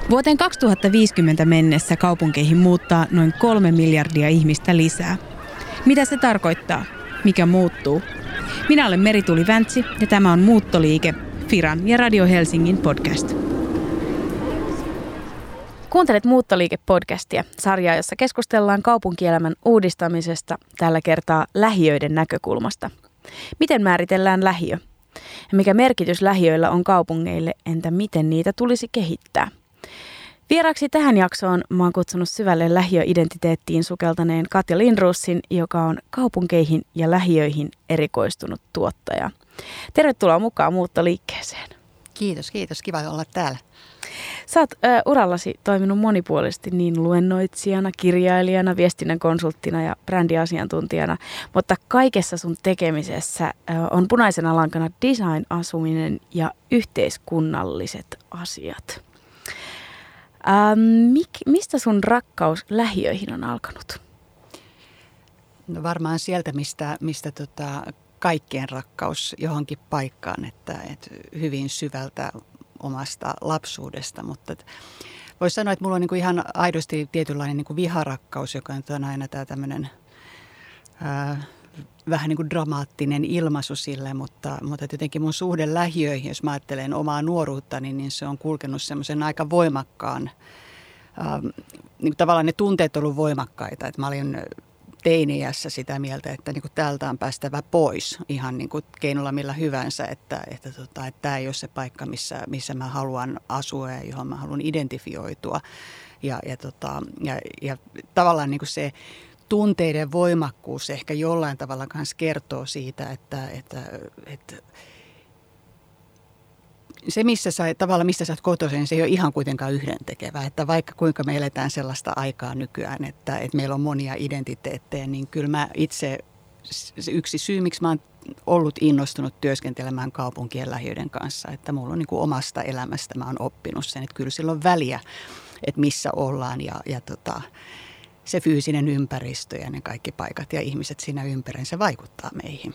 Vuoteen 2050 mennessä kaupunkeihin muuttaa noin 3 miljardia ihmistä lisää. Mitä se tarkoittaa? Mikä muuttuu? Minä olen Meri-Tuuli Väntsi ja tämä on Muuttoliike, Firan ja Radio Helsingin podcast. Kuuntelet Muuttoliike-podcastia, sarjaa, jossa keskustellaan kaupunkielämän uudistamisesta, tällä kertaa lähiöiden näkökulmasta. Miten määritellään lähiö? Ja mikä merkitys lähiöillä on kaupungeille, entä miten niitä tulisi kehittää? Vieraaksi tähän jaksoon mä oon kutsunut syvälle lähiöidentiteettiin sukeltaneen Katja Lindrootsin, joka on kaupunkeihin ja lähiöihin erikoistunut tuottaja. Tervetuloa mukaan Muuttoliikkeeseen. Kiitos. Kiva olla täällä. Sä oot urallasi toiminut monipuolisesti niin luennoitsijana, kirjailijana, viestinnän konsulttina ja brändiasiantuntijana, mutta kaikessa sun tekemisessä on punaisena lankana design, asuminen ja yhteiskunnalliset asiat. Mistä sun rakkaus lähiöihin on alkanut? No varmaan sieltä, mistä kaikkien rakkaus johonkin paikkaan, että hyvin syvältä omasta lapsuudesta, mutta voisi sanoa, että mulla on niinku ihan aidosti tietynlainen niinku viharakkaus, joka on aina tämä tämmöinen vähän niin kuin dramaattinen ilmaisu sille, mutta jotenkin mun suhde lähiöihin, jos mä ajattelen omaa nuoruuttani, niin se on kulkenut semmoisen aika voimakkaan, niin tavallaan ne tunteet on ollut voimakkaita, että mä olin teini-iässä sitä mieltä, että niin kuin täältä on päästävä pois ihan niin kuin keinolla millä hyvänsä, että tämä ei ole se paikka, missä mä haluan asua ja johon mä haluan identifioitua. Ja tavallaan niin kuin se tunteiden voimakkuus ehkä jollain tavalla kanssa kertoo siitä, että se, mistä sä oot kotoisin, se ei ole ihan kuitenkaan yhdentekevää. Että vaikka kuinka me eletään sellaista aikaa nykyään, että meillä on monia identiteettejä, niin kyllä mä itse, yksi syy, miksi mä oon ollut innostunut työskentelemään kaupunkien lähiöiden kanssa, että mulla on niin kuin omasta elämästä, mä oon oppinut sen, että kyllä sillä on väliä, että missä ollaan ja se fyysinen ympäristö ja ne kaikki paikat ja ihmiset siinä ympärillä, se vaikuttaa meihin.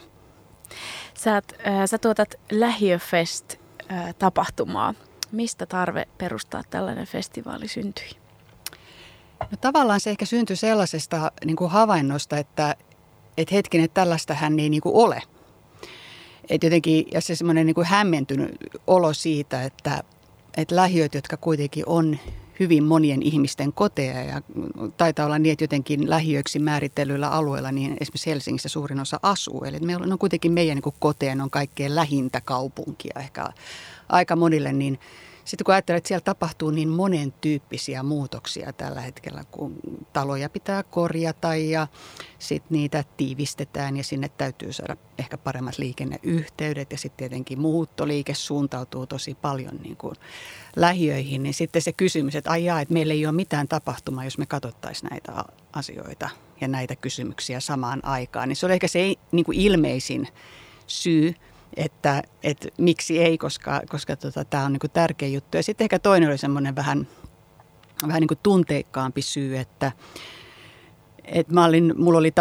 Sä tuotat Lähiöfest-tapahtumaa. Mistä tarve perustaa tällainen festivaali syntyi? No tavallaan se ehkä syntyi sellaisesta niin kuin havainnosta, että hetkinen, että tällaistähän ei niin kuin ole. Et jotenkin, ja se semmoinen niin kuin hämmentynyt olo siitä, että lähiöt, jotka kuitenkin on hyvin monien ihmisten koteja ja taitaa olla niin, että jotenkin lähiöiksi määritellyillä alueilla, niin esimerkiksi Helsingissä suurin osa asuu. Eli meillä on kuitenkin meidän niin kuin koteen on kaikkein lähintä kaupunkia ehkä aika monille, niin sitten kun ajattelee, että siellä tapahtuu niin monen tyyppisiä muutoksia tällä hetkellä, kun taloja pitää korjata ja sitten niitä tiivistetään ja sinne täytyy saada ehkä paremmat liikenneyhteydet ja sitten tietenkin muuttoliike suuntautuu tosi paljon niin kuin lähiöihin, niin sitten se kysymys, että että meillä ei ole mitään tapahtumaa, jos me katsottaisiin näitä asioita ja näitä kysymyksiä samaan aikaan, niin se oli ehkä se niin kuin ilmeisin syy, että miksi ei, koska tämä on niin kuin tärkeä juttu. Ja sitten ehkä toinen oli semmoinen vähän niin kuin tunteikkaampi syy, että mä olin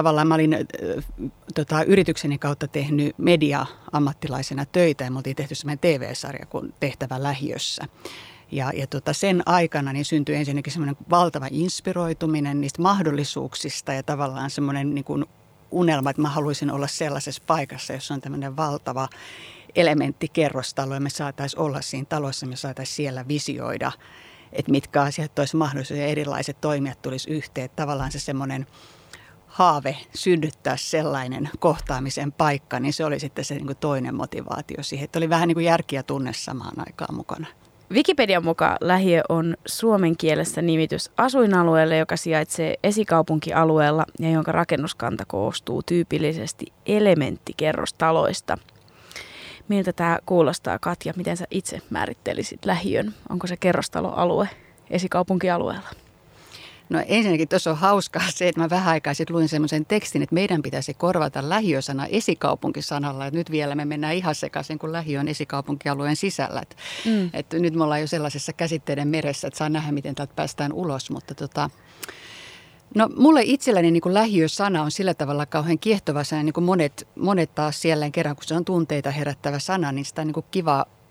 yritykseni kautta tehnyt media-ammattilaisena töitä ja me oltiin tehty semmoinen TV-sarja kuin Tehtävä lähiössä. Ja sen aikana niin syntyi ensinnäkin semmoinen valtava inspiroituminen niistä mahdollisuuksista ja tavallaan semmoinen niin kuin unelma, että mä haluaisin olla sellaisessa paikassa, jossa on tämmöinen valtava elementtikerrostalo ja me saataisiin olla siinä talossa, me saataisiin siellä visioida, että mitkä asiat olisi mahdollisia ja erilaiset toimijat tulisi yhteen. Tavallaan se semmoinen haave synnyttää sellainen kohtaamisen paikka, niin se oli sitten se niin kuin toinen motivaatio siihen, että oli vähän niin kuin järki ja tunne samaan aikaan mukana. Wikipedian mukaan lähiö on suomen kielessä nimitys asuinalueelle, joka sijaitsee esikaupunkialueella ja jonka rakennuskanta koostuu tyypillisesti elementtikerrostaloista. Miltä tämä kuulostaa, Katja? Miten sä itse määrittelisit lähiön? Onko se kerrostaloalue esikaupunkialueella? No ensinnäkin tuossa on hauskaa se, että mä vähän aikaa sitten luin semmoisen tekstin, että meidän pitäisi korvata lähiösana esikaupunkisanalla. Että nyt vielä me mennään ihan sekaisin, kun lähiö on esikaupunkialueen sisällä. Että nyt me ollaan jo sellaisessa käsitteiden meressä, että saa nähdä, miten täältä päästään ulos. Mutta no mulle itselläni niin kuin lähiösana on sillä tavalla kauhean kiehtova sana, niin kuin monet taas siellä kerran, kun se on tunteita herättävä sana, niin sitä on niin kuin kiva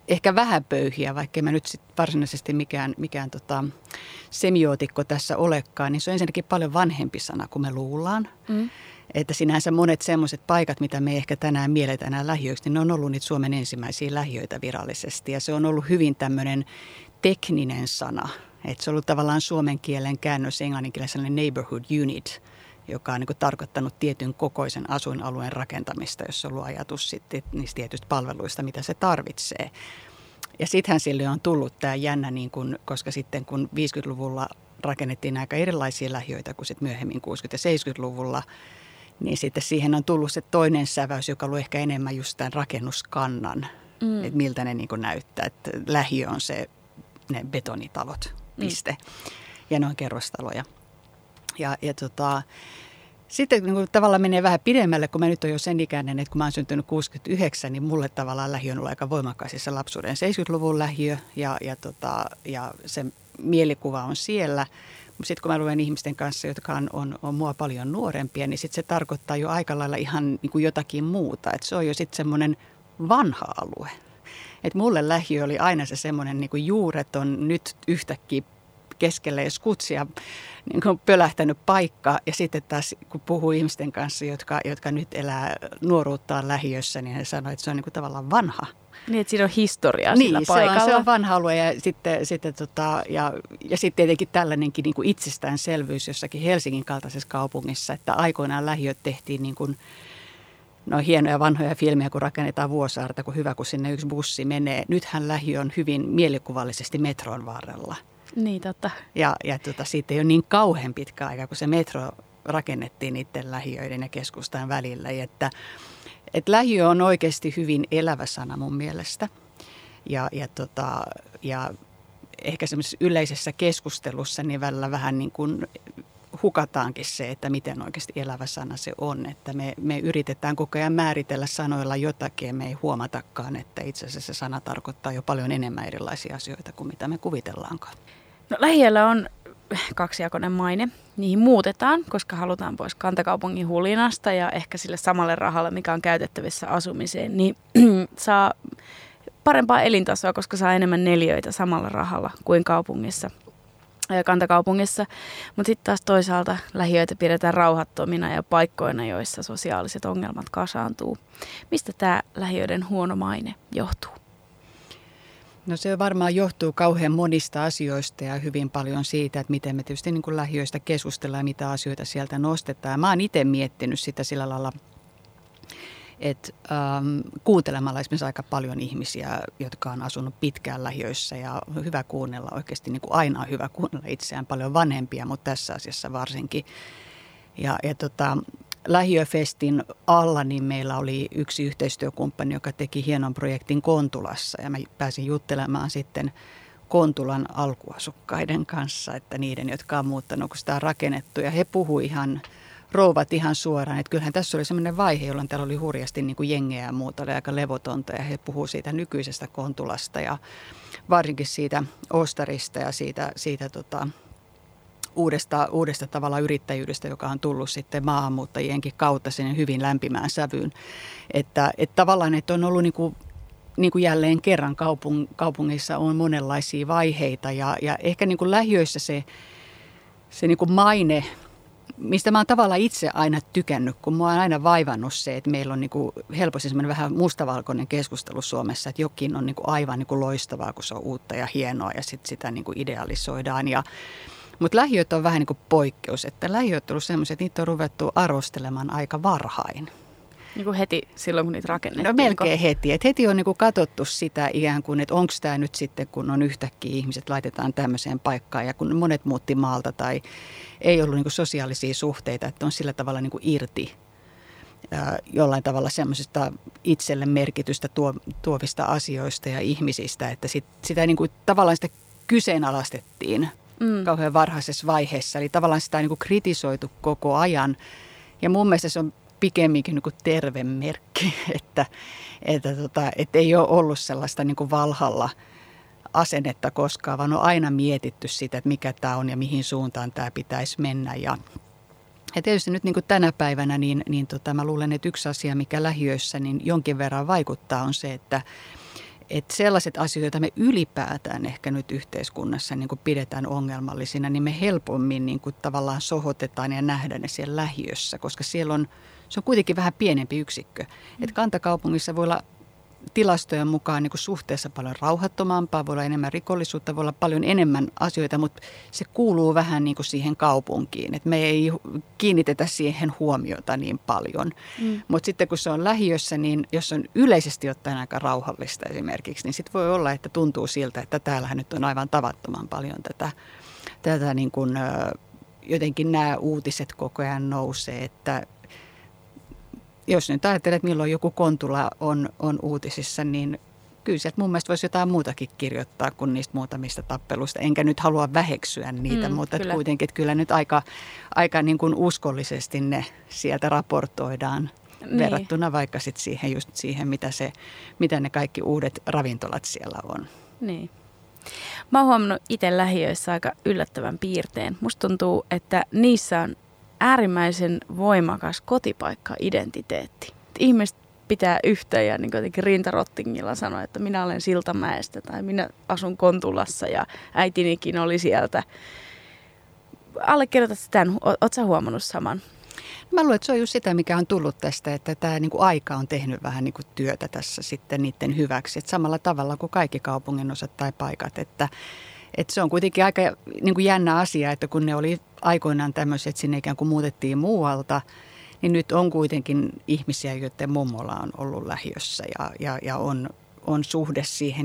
ehkä vähän pöyhiä, vaikka mä nyt sit varsinaisesti mikään semiootikko tässä olekaan, niin se on ensinnäkin paljon vanhempi sana kuin me luullaan. Että sinänsä monet semmoiset paikat, mitä me ehkä tänään mielletään enää lähiöiksi, niin ne on ollut niitä Suomen ensimmäisiä lähiöitä virallisesti. Ja se on ollut hyvin tämmöinen tekninen sana. Että se on ollut tavallaan suomen kielen käännös englannin kielen sellainen neighborhood unit, joka on niin kuin tarkoittanut tietyn kokoisen asuinalueen rakentamista, jossa on ollut ajatus sitten niistä tietyistä palveluista, mitä se tarvitsee. Ja sittenhän sille on tullut tämä jännä, niin kuin, koska sitten kun 50-luvulla rakennettiin aika erilaisia lähiöitä kuin sitten myöhemmin 60- ja 70-luvulla, niin sitten siihen on tullut se toinen säväys, joka on ollut ehkä enemmän just tämän rakennuskannan, että miltä ne niin kuin näyttää. Että lähiö on ne betonitalot, piste. Ja ne on kerrostaloja. Sitten niin tavallaan menee vähän pidemmälle, kun mä nyt olen jo sen ikäinen, että kun mä oon syntynyt 69, niin mulle tavallaan lähiö on ollut aika voimakkaisissa lapsuuden 70-luvun lähiö ja se mielikuva on siellä. Sitten kun mä luen ihmisten kanssa, jotka on mua paljon nuorempia, niin sitten se tarkoittaa jo aika lailla ihan niin kuin jotakin muuta. Että se on jo sitten semmoinen vanha alue. Että mulle lähiö oli aina se semmoinen niin kuin juureton, nyt yhtäkkiä keskelle skutsia niin kuin pölähtänyt paikka. Ja sitten taas kun puhuu ihmisten kanssa, jotka nyt elää nuoruuttaan lähiössä, niin he sanoo, että se on niin kuin tavallaan vanha. Niin, että siinä on historiaa sillä paikalla. Se on vanha alue ja sitten tietenkin tällainenkin niin kuin itsestäänselvyys jossakin Helsingin kaltaisessa kaupungissa, että aikoinaan lähiöt tehtiin niin kuin, hienoja vanhoja filmejä, kun rakennetaan Vuosaarta, kun hyvä, kun sinne yksi bussi menee. Nythän lähiö on hyvin mielikuvallisesti metron varrella. Niin, totta. Ja siitä ei ole niin kauhean pitkä aika, kun se metro rakennettiin niiden lähiöiden ja keskustan välillä. Että lähiö on oikeasti hyvin elävä sana mun mielestä. Ja ehkä semmoisessa yleisessä keskustelussa niin välillä vähän niin kuin hukataankin se, että miten oikeasti elävä sana se on. Että me yritetään koko ajan määritellä sanoilla jotakin ja me ei huomatakaan, että itse asiassa se sana tarkoittaa jo paljon enemmän erilaisia asioita kuin mitä me kuvitellaankaan. No, lähiöllä on kaksijakoinen maine. Niihin muutetaan, koska halutaan pois kantakaupungin hulinasta ja ehkä sille samalle rahalle, mikä on käytettävissä asumiseen, niin saa parempaa elintasoa, koska saa enemmän neliöitä samalla rahalla kuin kaupungissa ja kantakaupungissa. Mutta sitten taas toisaalta lähiöitä pidetään rauhattomina ja paikkoina, joissa sosiaaliset ongelmat kasaantuu. Mistä tämä lähiöiden huono maine johtuu? No se varmaan johtuu kauhean monista asioista ja hyvin paljon siitä, että miten me tietysti niin kuin lähiöistä keskustellaan ja mitä asioita sieltä nostetaan. Mä oon itse miettinyt sitä sillä lailla, että kuuntelemalla esimerkiksi aika paljon ihmisiä, jotka on asunut pitkään lähiöissä ja on hyvä kuunnella oikeasti, niin kuin aina on hyvä kuunnella itseään paljon vanhempia, mutta tässä asiassa varsinkin. Lähiöfestin alla niin meillä oli yksi yhteistyökumppani, joka teki hienon projektin Kontulassa ja mä pääsin juttelemaan sitten Kontulan alkuasukkaiden kanssa, että niiden, jotka on muuttanut, kun sitä on rakennettu ja he puhui rouvat ihan suoraan, että kyllähän tässä oli sellainen vaihe, jolloin täällä oli hurjasti niin kuin jengeä ja muuta, oli aika levotonta ja he puhuu siitä nykyisestä Kontulasta ja varsinkin siitä Ostarista ja siitä uudesta tavalla yrittäjyydestä, joka on tullut sitten maahanmuuttajienkin kautta sinne hyvin lämpimään sävyyn. Että tavallaan, että on ollut niin kuin jälleen kerran kaupungissa on monenlaisia vaiheita ja ehkä niin kuin lähiöissä se niin kuin maine, mistä mä oon tavallaan itse aina tykännyt, kun mua on aina vaivannut se, että meillä on niin kuin helposti semmoinen vähän mustavalkoinen keskustelu Suomessa, että jokin on niin kuin aivan niin kuin loistavaa, kun se on uutta ja hienoa ja sitten sitä niin kuin idealisoidaan. Mutta lähiöt on vähän niin kuin poikkeus, että lähiöt on ollut semmoiset, että niitä on ruvettu arvostelemaan aika varhain. Niin kuin heti silloin, kun niitä rakennettiin? No melkein heti. Et heti on niin kuin katsottu sitä ikään kuin, että onko tämä nyt sitten, kun on yhtäkkiä ihmiset laitetaan tämmöiseen paikkaan ja kun monet muutti maalta tai ei ollut niin kuin sosiaalisia suhteita, että on sillä tavalla niin kuin irti jollain tavalla semmoisesta itselle merkitystä tuovista asioista ja ihmisistä, että sitä niin kuin tavallaan sitä kyseenalaistettiin kauhean varhaisessa vaiheessa. Eli tavallaan sitä on niin kuin kritisoitu koko ajan ja mun mielestä se on pikemminkin niin kuin terve merkki, että ei ole ollut sellaista niin kuin valhalla asennetta koskaan, vaan on aina mietitty sitä, että mikä tämä on ja mihin suuntaan tämä pitäisi mennä. Ja tietysti nyt niin kuin tänä päivänä, niin mä luulen, että yksi asia, mikä lähiöissä niin jonkin verran vaikuttaa, on se, että että sellaiset asiat, joita me ylipäätään ehkä nyt yhteiskunnassa niin kuin pidetään ongelmallisina, niin me helpommin niin kuin tavallaan sohotetaan ja nähdään ne siellä lähiössä, koska siellä se on kuitenkin vähän pienempi yksikkö. Että kantakaupungissa voi olla tilastojen mukaan niin kuin suhteessa paljon rauhattomampaa, voi olla enemmän rikollisuutta, voi olla paljon enemmän asioita, mutta se kuuluu vähän niin kuin siihen kaupunkiin. Et me ei kiinnitetä siihen huomiota niin paljon. Mutta sitten kun se on lähiössä, niin jos on yleisesti ottaen aika rauhallista esimerkiksi, niin sitten voi olla, että tuntuu siltä, että täällähän nyt on aivan tavattoman paljon tätä niin kuin, jotenkin nämä uutiset koko ajan nousee, että jos nyt ajattelet, että milloin joku Kontula on uutisissa, niin kyllä sieltä mun mielestä voisi jotain muutakin kirjoittaa kuin niistä muutamista tappeluista. Enkä nyt halua väheksyä niitä, mutta kyllä. Kuitenkin että kyllä nyt aika niin kuin uskollisesti ne sieltä raportoidaan verrattuna vaikka sit siihen, mitä ne kaikki uudet ravintolat siellä on. Niin. Mä oon huomannut itse lähiöissä aika yllättävän piirteen. Musta tuntuu, että niissä on äärimmäisen voimakas kotipaikka-identiteetti. Ihmiset pitää yhtä ja niin jotenkin rintarottingilla sanoa, että minä olen Siltamäestä tai minä asun Kontulassa ja äitinikin oli sieltä. Allekirjoitatko tämän? Oletko sä huomannut saman? Mä luulen, että se on just sitä, mikä on tullut tästä, että tämä niin kuin aika on tehnyt vähän niin kuin työtä tässä sitten niiden hyväksi. Että samalla tavalla kuin kaikki kaupungin osat tai paikat, että se on kuitenkin aika niin kuin jännä asia, että kun ne oli aikoinaan tämmöiset, että sinne ikään kuin muutettiin muualta, niin nyt on kuitenkin ihmisiä, joiden mummola on ollut lähiössä ja on suhde siihen,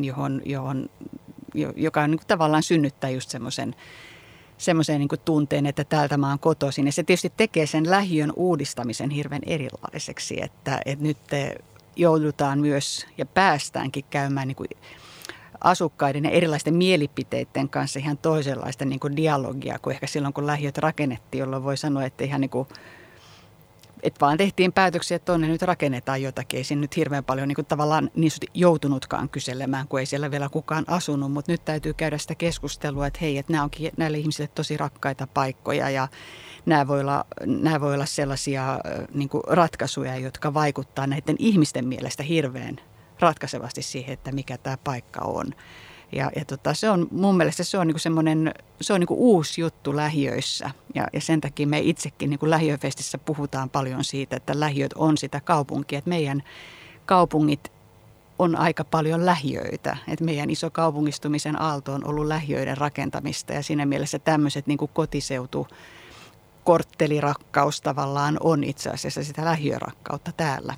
joka on niin kuin tavallaan synnyttää just semmoisen niin kuin tunteen, että täältä mä oon kotoisin. Ja se tietysti tekee sen lähiön uudistamisen hirveän erilaiseksi, että nyt joudutaan myös ja päästäänkin käymään niin kuin asukkaiden ja erilaisten mielipiteiden kanssa ihan toisenlaista niin kuin dialogia kuin ehkä silloin, kun lähiöt rakennettiin, jolloin voi sanoa, että ihan niin kuin, että vaan tehtiin päätöksiä, että tuonne nyt rakennetaan jotakin. Ei siinä nyt hirveän paljon niin kuin tavallaan niin joutunutkaan kyselemään, kun ei siellä vielä kukaan asunut, mutta nyt täytyy käydä sitä keskustelua, että hei, että nämä onkin näille ihmisille tosi rakkaita paikkoja ja nämä voi olla sellaisia niin kuin ratkaisuja, jotka vaikuttaa näiden ihmisten mielestä hirveän ratkaisevasti siihen, että mikä tämä paikka on. Ja se on mun mielestä se on niinku semmoinen, se on niinku uusi juttu lähiöissä ja sen takia me itsekin niinku lähiöfestissä puhutaan paljon siitä, että lähiöt on sitä kaupunkia, että meidän kaupungit on aika paljon lähiöitä, että meidän iso kaupungistumisen aalto on ollut lähiöiden rakentamista ja siinä mielessä tämmöiset niinku kotiseutu korttelirakkaus tavallaan on itse asiassa sitä lähiörakkautta täällä.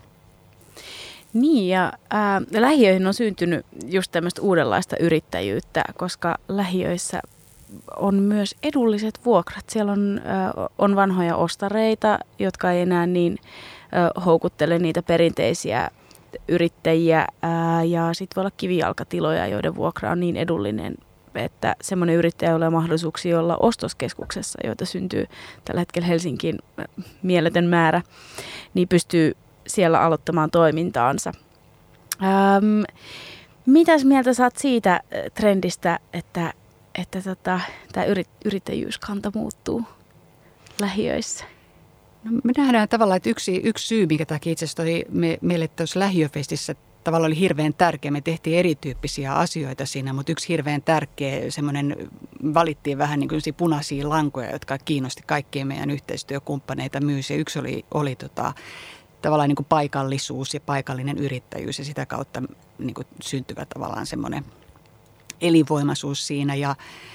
Niin ja lähiöihin on syntynyt just tämmöistä uudenlaista yrittäjyyttä, koska lähiöissä on myös edulliset vuokrat. Siellä on vanhoja ostareita, jotka ei enää niin houkuttele niitä perinteisiä yrittäjiä ja sitten voi olla kivijalkatiloja, joiden vuokra on niin edullinen, että semmoinen yrittäjä, jolla on mahdollisuuksia olla ostoskeskuksessa, joita syntyy tällä hetkellä Helsinkiin mieletön määrä, niin pystyy siellä aloittamaan toimintaansa. Mitäs mieltä saat siitä trendistä, että tämä yrittäjyyskanta muuttuu lähiöissä? No, me nähdään tavallaan, että yksi syy, minkä takia itse asiassa meille tuossa lähiöfestissä tavallaan oli hirveän tärkeä. Me tehtiin erityyppisiä asioita siinä, mutta yksi hirveän tärkeä semmoinen, valittiin vähän niin kuin punaisia lankoja, jotka kiinnosti kaikkia meidän yhteistyökumppaneita myös. Ja yksi oli tavallaan niin kuin paikallisuus ja paikallinen yrittäjyys ja sitä kautta niin kuin syntyvä tavallaan semmoinen elinvoimaisuus siinä. Ja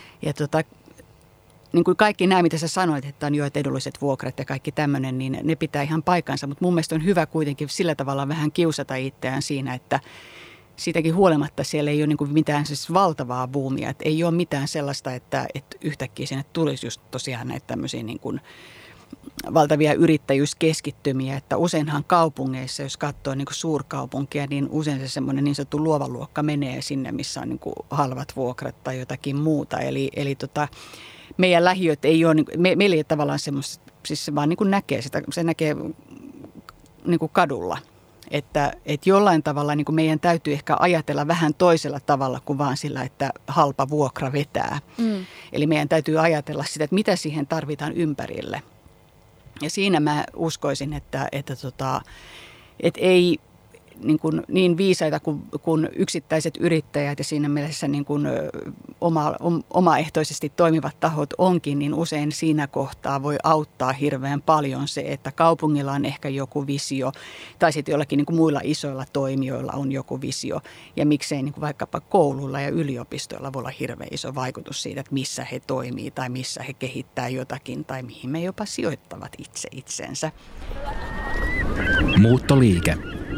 niin kuin kaikki nämä, mitä sä sanoit, että on jo edulliset vuokrat ja kaikki tämmöinen, niin ne pitää ihan paikkansa. Mutta mun mielestä on hyvä kuitenkin sillä tavalla vähän kiusata itseään siinä, että siitäkin huolimatta siellä ei ole niin kuin mitään siis valtavaa buumia. Että ei ole mitään sellaista, että yhtäkkiä sinne tulisi just tosiaan näitä tämmöisiä niin kuin valtavia yrittäjyyskeskittymiä, että useinhan kaupungeissa, jos katsoo niin kuin suurkaupunkia, niin usein se semmoinen niin sanottu luova luokka menee sinne, missä on niin kuin halvat vuokrat tai jotakin muuta. Eli meidän lähiöt ei ole, meillä ei ole tavallaan semmoista, siis se vaan niin kuin näkee sitä, se näkee niin kuin kadulla. Että jollain tavalla niin kuin meidän täytyy ehkä ajatella vähän toisella tavalla kuin vaan sillä, että halpa vuokra vetää. Eli meidän täytyy ajatella sitä, että mitä siihen tarvitaan ympärille. Ja siinä mä uskoisin, että ei niin viisaita kuin yksittäiset yrittäjät ja siinä mielessä niin kuin omaehtoisesti toimivat tahot onkin, niin usein siinä kohtaa voi auttaa hirveän paljon se, että kaupungilla on ehkä joku visio tai sitten jollakin niin kuin muilla isoilla toimijoilla on joku visio ja miksei niin kuin vaikkapa kouluilla ja yliopistoilla voi olla hirveän iso vaikutus siitä, että missä he toimii tai missä he kehittää jotakin tai mihin me jopa sijoittavat itse itsensä. Muuttoliike.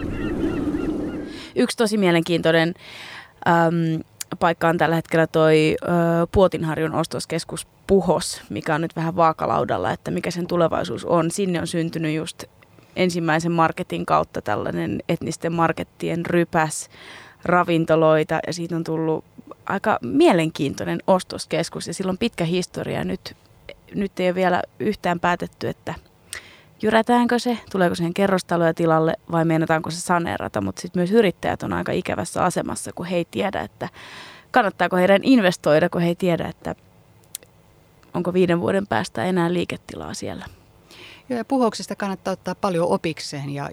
Yksi tosi mielenkiintoinen paikka on tällä hetkellä toi Puotinharjun ostoskeskus Puhos, mikä on nyt vähän vaakalaudalla, että mikä sen tulevaisuus on. Sinne on syntynyt just ensimmäisen marketin kautta tällainen etnisten markettien rypäs ravintoloita ja siitä on tullut aika mielenkiintoinen ostoskeskus ja sillä on pitkä historia. Nyt ei ole vielä yhtään päätetty, että jyrätäänkö se, tuleeko siihen kerrostaloja tilalle vai meinataanko se saneerata, mutta sitten myös yrittäjät on aika ikävässä asemassa, kun he ei tiedä, että kannattaako heidän investoida, kun he ei tiedä, että onko 5 vuoden päästä enää liiketilaa siellä. Joo, ja Puhoksesta kannattaa ottaa paljon opikseen ja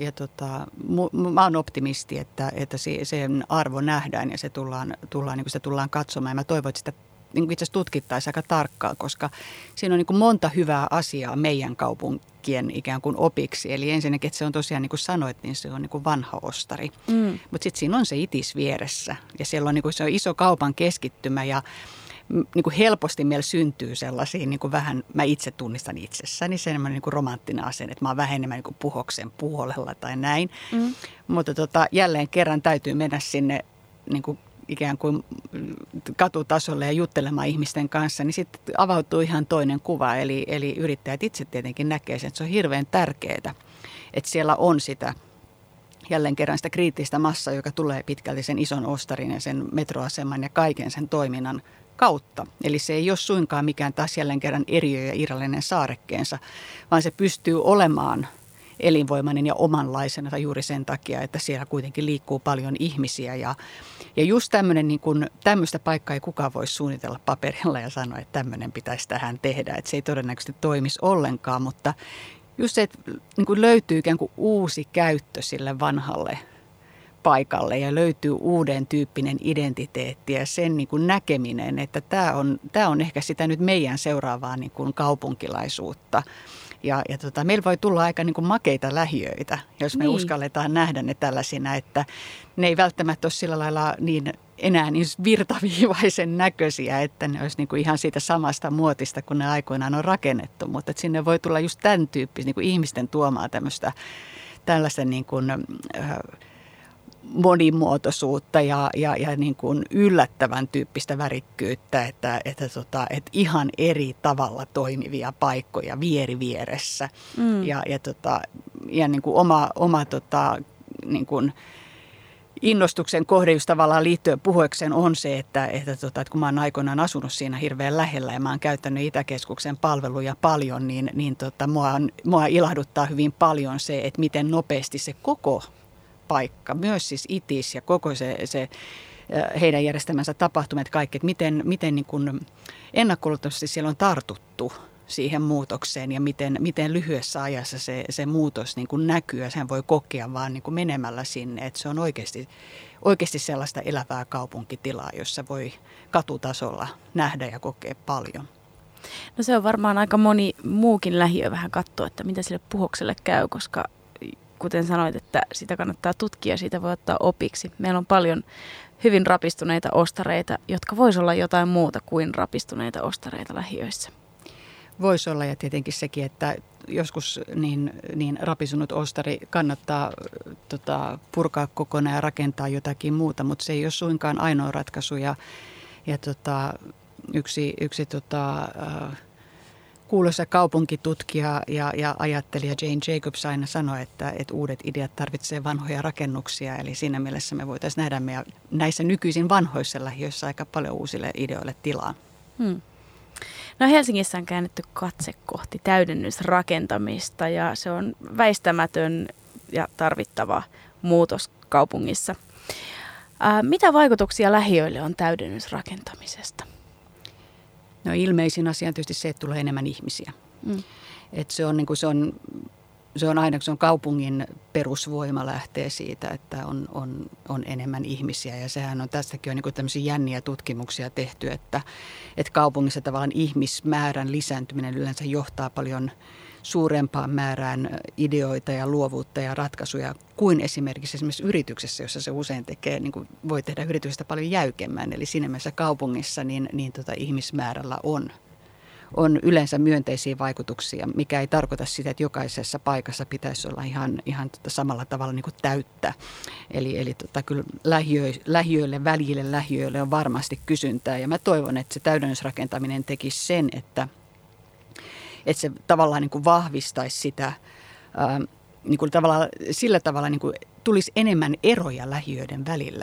mä oon optimisti, että sen arvo nähdään ja se tullaan niin kuin sitä tullaan katsomaan ja mä toivon, että sitä niin kuin itse asiassa tutkittaisiin aika tarkkaan, koska siinä on niin kuin monta hyvää asiaa meidän kaupunkien ikään kuin opiksi. Eli ensinnäkin, että se on tosiaan niin kuin sanoit, niin se on niin kuin vanha ostari. Mutta sitten siinä on se itis vieressä ja siellä on, niin kuin, se on iso kaupan keskittymä ja niin kuin helposti meillä syntyy sellaisia, niin kuin vähän, mä itse tunnistan itsessäni semmoinen niin kuin romanttinen asenne, että mä oon vähän enemmän niin kuin Puhoksen puolella tai näin. Mutta jälleen kerran täytyy mennä sinne niin kuin ikään kuin katutasolle ja juttelemaan ihmisten kanssa, niin sitten avautuu ihan toinen kuva. Eli yrittäjät itse tietenkin näkee sen, että se on hirveän tärkeää, että siellä on sitä jälleen kerran sitä kriittistä massaa, joka tulee pitkälti sen ison ostarin ja sen metroaseman ja kaiken sen toiminnan kautta. Eli se ei ole suinkaan mikään taas jälleen kerran eriö ja irrallinen saarekkeensa, vaan se pystyy olemaan elinvoimainen ja omanlaisena juuri sen takia, että siellä kuitenkin liikkuu paljon ihmisiä. Ja just tämmöistä paikkaa ei kukaan voi suunnitella paperilla ja sanoa, että tämmöinen pitäisi tähän tehdä. Että se ei todennäköisesti toimisi ollenkaan, mutta just se, että niin kuin löytyy ikään kuin uusi käyttö sille vanhalle paikalle ja löytyy uuden tyyppinen identiteetti ja sen niin kuin näkeminen, että tämä on ehkä sitä nyt meidän seuraavaa niin kuin kaupunkilaisuutta. Ja meillä voi tulla aika niin kuin makeita lähiöitä, jos me uskalletaan nähdä ne tällaisina, että ne ei välttämättä ole sillä lailla enää niin virtaviivaisen näköisiä, että ne olisi niin kuin ihan siitä samasta muotista, kun ne aikoinaan on rakennettu. Mutta että sinne voi tulla just tämän tyyppistä niin kuin ihmisten tuomaa tällaista niin kuin, monimuotoisuutta ja niin kuin yllättävän tyyppistä värikkyyttä, että ihan eri tavalla toimivia paikkoja vieressä. Ja niin kuin oma niin kuin innostuksen kohde just tavallaan liittyen Puhokseen on se, että kun mä oon aikoinaan asunut siinä hirveän lähellä ja mä oon käyttänyt Itäkeskuksen palveluja paljon, niin mua ilahduttaa hyvin paljon se, että miten nopeasti se koko paikka, myös siis ITIS ja koko se heidän järjestämänsä tapahtumat kaikki, että miten niin kuin ennakkoluultavasti siellä on tartuttu siihen muutokseen ja miten lyhyessä ajassa se muutos niin kuin näkyy ja sen voi kokea vaan niin kuin menemällä sinne, että se on oikeasti sellaista elävää kaupunkitilaa, jossa voi katutasolla nähdä ja kokea paljon. No se on varmaan aika moni muukin lähiö vähän katsoa, että mitä sille Puhokselle käy, koska kuten sanoit, että sitä kannattaa tutkia, siitä voi ottaa opiksi. Meillä on paljon hyvin rapistuneita ostareita, jotka voisi olla jotain muuta kuin rapistuneita ostareita lähiöissä. Voisi olla ja tietenkin sekin, että joskus niin rapisunut ostari kannattaa purkaa kokonaan ja rakentaa jotakin muuta, mutta se ei ole suinkaan ainoa ratkaisu. Yksi kuuluisa kaupunkitutkija ja ajattelija Jane Jacobs aina sanoi, että uudet ideat tarvitsee vanhoja rakennuksia. Eli siinä mielessä me voitaisiin nähdä näissä nykyisin vanhoissa lähiöissä aika paljon uusille ideoille tilaa. No Helsingissä on käännetty katse kohti täydennysrakentamista ja se on väistämätön ja tarvittava muutos kaupungissa. Mitä vaikutuksia lähiöille on täydennysrakentamisesta? No ilmeisin asia on tietysti se, että tulee enemmän ihmisiä. Että se se on aina, kun se on kaupungin perusvoima lähtee siitä, että on enemmän ihmisiä. Ja sehän on tästäkin on niin kuin tämmöisiä jänniä tutkimuksia tehty, että kaupungissa tavallaan ihmismäärän lisääntyminen yleensä johtaa paljon suurempaan määrään ideoita ja luovuutta ja ratkaisuja kuin esimerkiksi yrityksessä, jossa se usein tekee, niin kuin voi tehdä yrityksestä paljon jäykemmän. Eli siinä mielessä kaupungissa ihmismäärällä on yleensä myönteisiä vaikutuksia, mikä ei tarkoita sitä, että jokaisessa paikassa pitäisi olla ihan samalla tavalla niin kuin täyttä. Eli kyllä väljille lähiöille on varmasti kysyntää ja mä toivon, että se täydennysrakentaminen tekisi sen, että se tavallaan niin kuin vahvistaisi sitä, niin kuin tavallaan, sillä tavalla niin kuin tulisi enemmän eroja lähiöiden välillä.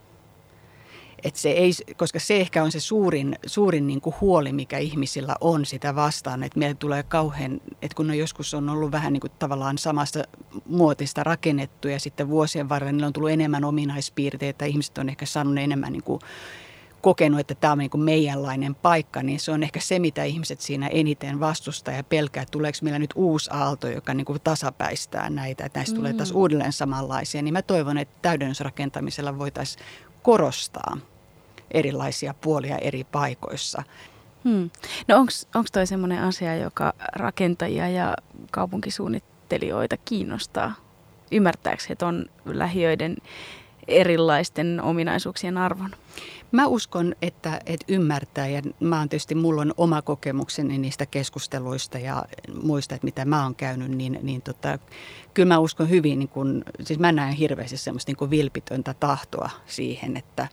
Että se ei, koska se ehkä on se suurin niin kuin huoli, mikä ihmisillä on sitä vastaan, että meillä tulee kauhean, että kun ne joskus on ollut vähän niin kuin tavallaan samasta muotista rakennettu ja sitten vuosien varrella niillä on tullut enemmän ominaispiirteitä, ihmiset on ehkä saanut enemmän niin kuin kokenut, että tämä on niin kuin meidänlainen paikka, niin se on ehkä se, mitä ihmiset siinä eniten vastustaa ja pelkää, että tuleeko meillä nyt uusi aalto, joka niin kuin tasapäistää näitä, että näistä tulee taas uudelleen samanlaisia. Niin mä toivon, että täydennysrakentamisella voitaisiin korostaa erilaisia puolia eri paikoissa. No onko toi semmoinen asia, joka rakentajia ja kaupunkisuunnittelijoita kiinnostaa? Ymmärtääkö he ton lähiöiden erilaisten ominaisuuksien arvon? Mä uskon, että ymmärtää ja mulla on oma kokemukseni niistä keskusteluista ja muista, että mitä mä oon käynyt, niin kyllä mä uskon hyvin, siis mä näen hirveästi semmoista niin kuin vilpitöntä tahtoa siihen, että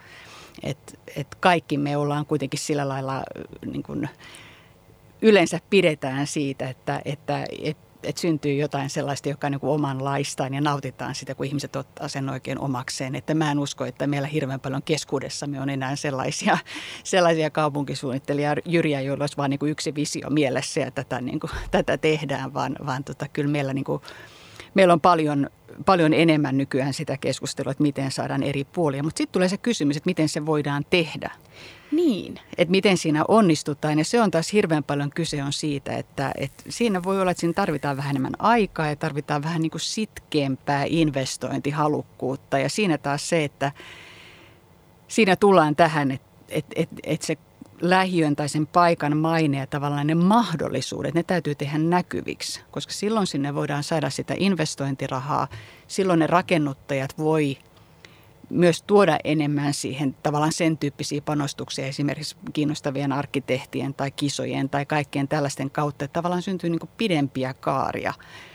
kaikki me ollaan kuitenkin sillä lailla, niin kuin yleensä pidetään siitä, että syntyy jotain sellaista, joka on niin kuin omanlaistaan ja nautitaan sitä, kun ihmiset ottaa sen oikein omakseen. Että mä en usko, että meillä hirveän paljon keskuudessamme on enää sellaisia kaupunkisuunnittelijajyriä, joilla olisi vain niin kuin yksi visio mielessä ja tätä tehdään, vaan kyllä meillä on paljon enemmän nykyään sitä keskustelua, että miten saadaan eri puolia. Mutta sitten tulee se kysymys, että miten se voidaan tehdä. Niin. Että miten siinä onnistutaan. Ja se on taas hirveän paljon kyse on siitä, että siinä voi olla, että siinä tarvitaan vähän enemmän aikaa ja tarvitaan vähän niin kuin sitkeämpää investointihalukkuutta. Ja siinä taas se, että siinä tullaan tähän, että se lähiön tai sen paikan maine ja tavallaan ne mahdollisuudet, ne täytyy tehdä näkyviksi, koska silloin sinne voidaan saada sitä investointirahaa. Silloin ne rakennuttajat voi myös tuoda enemmän siihen tavallaan sen tyyppisiä panostuksia esimerkiksi kiinnostavien arkkitehtien tai kisojen tai kaikkien tällaisten kautta, että tavallaan syntyy niin kuin pidempiä kaaria.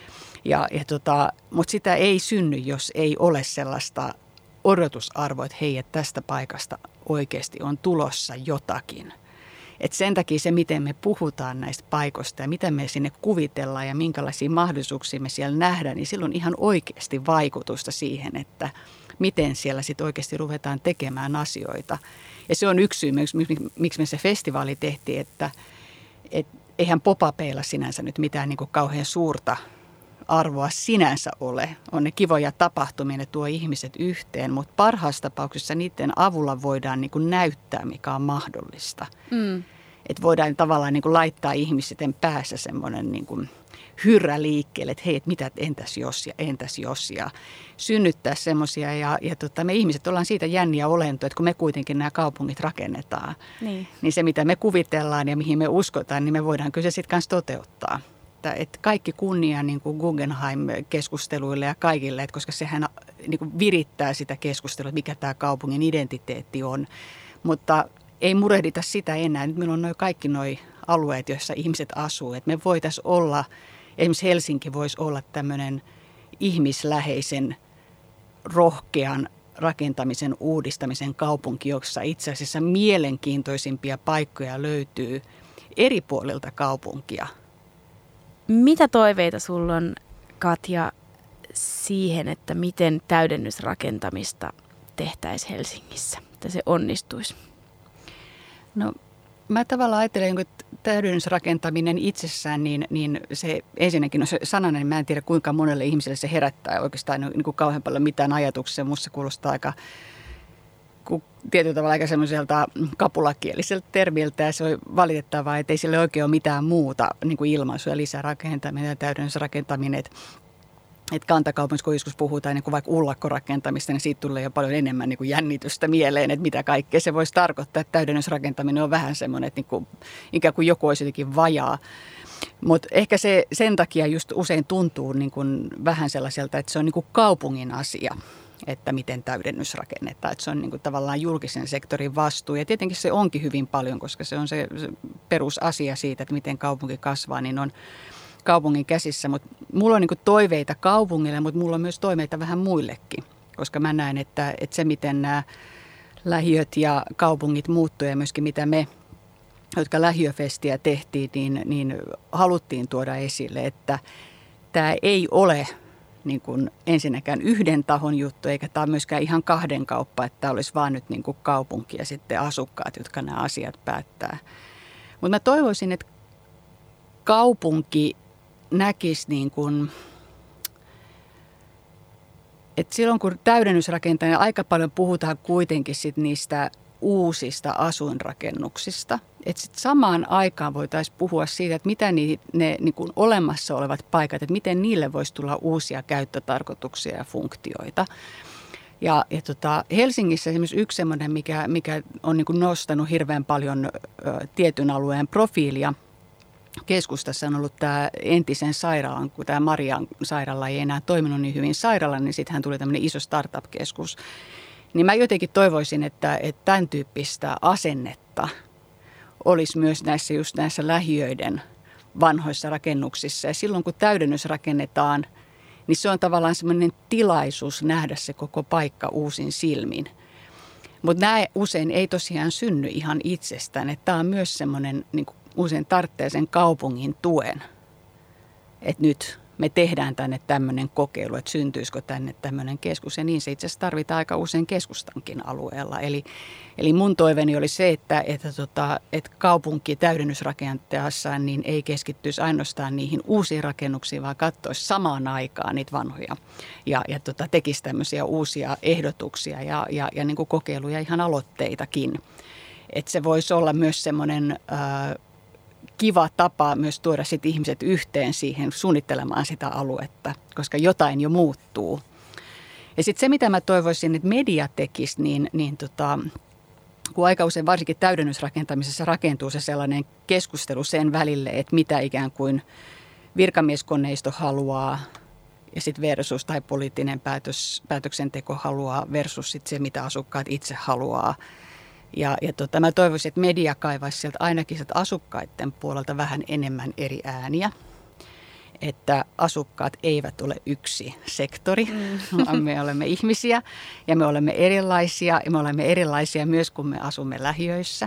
Mutta sitä ei synny, jos ei ole sellaista odotusarvoa, että hei, että tästä paikasta oikeasti on tulossa jotakin. Et sen takia se, miten me puhutaan näistä paikoista ja miten me sinne kuvitellaan ja minkälaisia mahdollisuuksia me siellä nähdään, niin silloin ihan oikeasti vaikutusta siihen, että miten siellä sitten oikeasti ruvetaan tekemään asioita. Ja se on yksi syy, miksi me se festivaali tehtiin, että eihän pop-upeilla sinänsä nyt mitään niin kuin kauhean suurta arvoa sinänsä ole. On ne kivoja tapahtumia, ne tuo ihmiset yhteen, mutta parhaassa tapauksessa niiden avulla voidaan niin kuin näyttää, mikä on mahdollista. Että voidaan tavallaan niin kuin laittaa ihmisten päässä semmoinen niin kuin hyrrä liikkeelle, että hei, että mitä, entäs jos ja synnyttää semmoisia. Ja me ihmiset ollaan siitä jänniä olentoja, että kun me kuitenkin nämä kaupungit rakennetaan, niin se mitä me kuvitellaan ja mihin me uskotaan, niin me voidaan kyllä se sitten kanssa toteuttaa. Että kaikki kunnia niin kuin Guggenheim-keskusteluille ja kaikille, että koska sehän niin kuin virittää sitä keskustelua, että mikä tämä kaupungin identiteetti on. Mutta ei murehdita sitä enää. Nyt meillä on kaikki nuo alueet, joissa ihmiset asuu. Että me voitaisiin olla, esimerkiksi Helsinki voisi olla tämmöinen ihmisläheisen, rohkean rakentamisen, uudistamisen kaupunki, jossa itse asiassa mielenkiintoisimpia paikkoja löytyy eri puolilta kaupunkia. Mitä toiveita sulla on, Katja, siihen, että miten täydennysrakentamista tehtäisiin Helsingissä, että se onnistuisi? No mä tavallaan ajattelen, että täydennysrakentaminen itsessään, niin se ensinnäkin on se sananen, mä en tiedä kuinka monelle ihmiselle se herättää oikeastaan niin kuin kauhean paljon mitään ajatuksia. Musta se kuulostaa tietyllä tavalla aika semmoiselta kapulakieliseltä termiltä ja se on valitettavaa, että ei sille oikein ole mitään muuta niin kuin ilmaisuja, lisärakentaminen ja täydennysrakentaminen. Että kantakaupungissa, kun joskus puhutaan niin kuin vaikka ullakkorakentamista, niin siitä tulee jo paljon enemmän niin kuin jännitystä mieleen, että mitä kaikkea se voisi tarkoittaa. Että täydennysrakentaminen on vähän semmoinen, että niin kuin, ikään kuin joku olisi jotenkin vajaa. Mutta ehkä se sen takia just usein tuntuu niin kuin vähän sellaiselta, että se on niin kuin kaupungin asia, että miten täydennys rakennetaan. Että se on niin kuin tavallaan julkisen sektorin vastuu. Ja tietenkin se onkin hyvin paljon, koska se on se perusasia siitä, että miten kaupunki kasvaa, niin on kaupungin käsissä. Mutta mulla on niin kuin toiveita kaupungille, mutta mulla on myös toiveita vähän muillekin. Koska mä näen, että se miten nämä lähiöt ja kaupungit muuttuu ja myöskin mitä me, jotka lähiöfestiä tehtiin, niin haluttiin tuoda esille, että tämä ei ole niin kuin ensinnäkään yhden tahon juttu, eikä tämä ole myöskään ihan kahden kauppa, että tämä olisi vaan nyt niin kuin kaupunki ja sitten asukkaat, jotka nämä asiat päättää. Mutta mä toivoisin, että kaupunki näkisi niin kuin, että silloin kun täydennysrakentajana aika paljon puhutaan kuitenkin sit niistä uusista asuinrakennuksista, että sitten samaan aikaan voitaisiin puhua siitä, että mitä ne niin kuin olemassa olevat paikat, että miten niille voisi tulla uusia käyttötarkoituksia ja funktioita. Ja Helsingissä esimerkiksi yksi semmoinen, mikä on niin kuin nostanut hirveän paljon tietyn alueen profiilia. Keskustassa on ollut tämä entisen sairaalan, kun tämä Marian sairaala ei enää toiminut niin hyvin sairaala, niin sittenhän tuli tämmöinen iso startup-keskus. Niin mä jotenkin toivoisin, että tämän tyyppistä asennetta olisi myös näissä lähiöiden vanhoissa rakennuksissa. Ja silloin kun täydennys rakennetaan, niin se on tavallaan semmoinen tilaisuus nähdä se koko paikka uusin silmin. Mutta nämä usein ei tosiaan synny ihan itsestään. Tämä on myös semmoinen, niin kuin usein tarvitsee sen kaupungin tuen, että nyt me tehdään tänne tämmöinen kokeilu, että syntyisikö tänne tämmöinen keskus. Ja niin se itse asiassa tarvitaan aika usein keskustankin alueella. Eli mun toiveeni oli se, että kaupunki täydennysrakentajassaan niin ei keskittyisi ainoastaan niihin uusiin rakennuksiin, vaan katsoisi samaan aikaan niitä vanhoja ja tekisi tämmöisiä uusia ehdotuksia ja niin kuin kokeiluja, ihan aloitteitakin. Että se voisi olla myös semmoinen kiva tapa myös tuoda sit ihmiset yhteen siihen suunnittelemaan sitä aluetta, koska jotain jo muuttuu. Ja sitten se, mitä mä toivoisin, että media tekisi, kun aika usein varsinkin täydennysrakentamisessa rakentuu se sellainen keskustelu sen välille, että mitä ikään kuin virkamieskoneisto haluaa ja sitten versus tai poliittinen päätöksenteko haluaa versus sit se, mitä asukkaat itse haluaa. Ja mä toivoisin, että media kaivaisi sieltä ainakin sieltä asukkaiden puolelta vähän enemmän eri ääniä. Että asukkaat eivät ole yksi sektori, vaan me olemme ihmisiä ja me olemme erilaisia. Ja me olemme erilaisia myös, kun me asumme lähiöissä.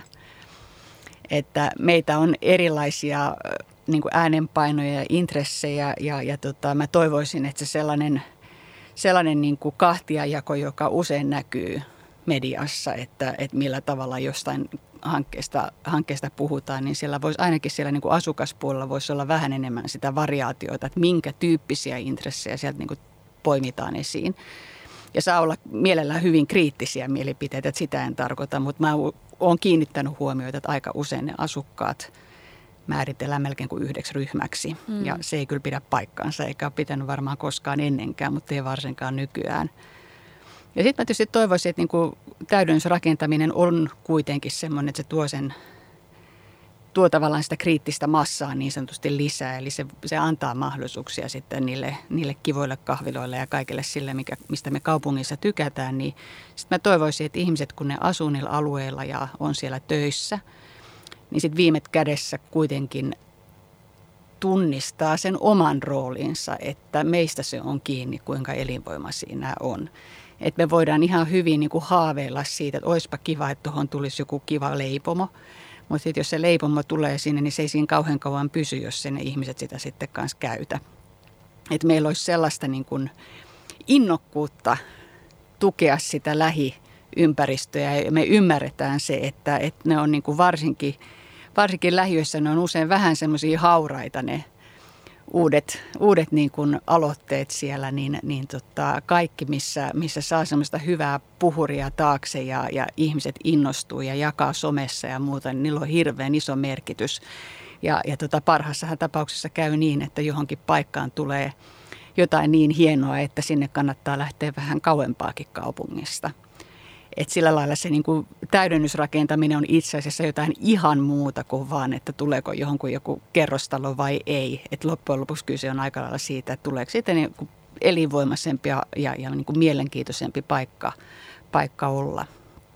Että meitä on erilaisia niin kuin äänenpainoja ja intressejä ja mä toivoisin, että se sellainen niin kuin kahtiajako, joka usein näkyy mediassa, että millä tavalla jostain hankkeesta puhutaan, niin siellä voisi ainakin siellä niin kuin asukaspuolella voisi olla vähän enemmän sitä variaatiota, että minkä tyyppisiä intressejä sieltä niin kuin poimitaan esiin. Ja saa olla mielellään hyvin kriittisiä mielipiteitä, että sitä en tarkoita, mutta mä oon kiinnittänyt huomioita, että aika usein ne asukkaat määritellään melkein kuin yhdeksi ryhmäksi. Ja se ei kyllä pidä paikkaansa, eikä ole pitänyt varmaan koskaan ennenkään, mutta ei varsinkaan nykyään. Ja sitten mä tietysti toivoisin, että niinku täydennysrakentaminen on kuitenkin semmoinen, että se tuo tavallaan sitä kriittistä massaa niin sanotusti lisää. Eli se antaa mahdollisuuksia sitten niille kivoille kahviloille ja kaikille sille, mistä me kaupungissa tykätään. Niin sitten mä toivoisin, että ihmiset, kun ne asuu niillä alueilla ja on siellä töissä, niin sitten viime kädessä kuitenkin tunnistaa sen oman roolinsa, että meistä se on kiinni, kuinka elinvoimaisia nämä on. Että me voidaan ihan hyvin niin kuin haaveilla siitä, että olisipa kiva, että tuohon tulisi joku kiva leipomo. Mutta sitten jos se leipomo tulee sinne, niin se ei siinä kauhean kauan pysy, jos ne ihmiset sitä sitten kanssa käytä. Että meillä olisi sellaista niin kuin innokkuutta tukea sitä lähiympäristöä. Ja me ymmärretään se, että ne on niin kuin varsinkin lähiöissä ne on usein vähän semmoisia hauraita ne uudet niin kuin aloitteet siellä, niin kaikki, missä saa semmoista hyvää puhuria taakse ja ihmiset innostuu ja jakaa somessa ja muuta, niin niillä on hirveän iso merkitys. Ja parhaassahan tapauksessa käy niin, että johonkin paikkaan tulee jotain niin hienoa, että sinne kannattaa lähteä vähän kauempaakin kaupungista. Et sillä lailla se niin kuin täydennysrakentaminen on itse asiassa jotain ihan muuta kuin vaan, että tuleeko johonkin joku kerrostalo vai ei. Et loppujen lopuksi kyse on aika lailla siitä, että tuleeko siitä niin kuin elinvoimaisempi ja niin kuin mielenkiintoisempi paikka olla.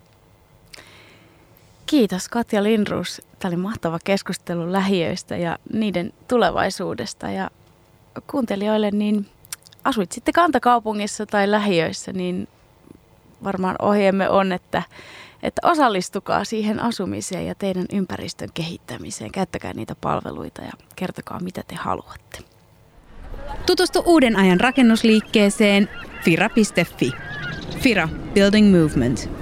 Kiitos Katja Lindroos. Tämä oli mahtava keskustelu lähiöistä ja niiden tulevaisuudesta. Ja kuuntelijoille, niin asuit sitten kantakaupungissa tai lähiöissä, niin varmaan ohjeemme on, että osallistukaa siihen asumiseen ja teidän ympäristön kehittämiseen. Käyttäkää niitä palveluita ja kertokaa, mitä te haluatte. Tutustu uuden ajan rakennusliikkeeseen fira.fi. Fira Building Movement.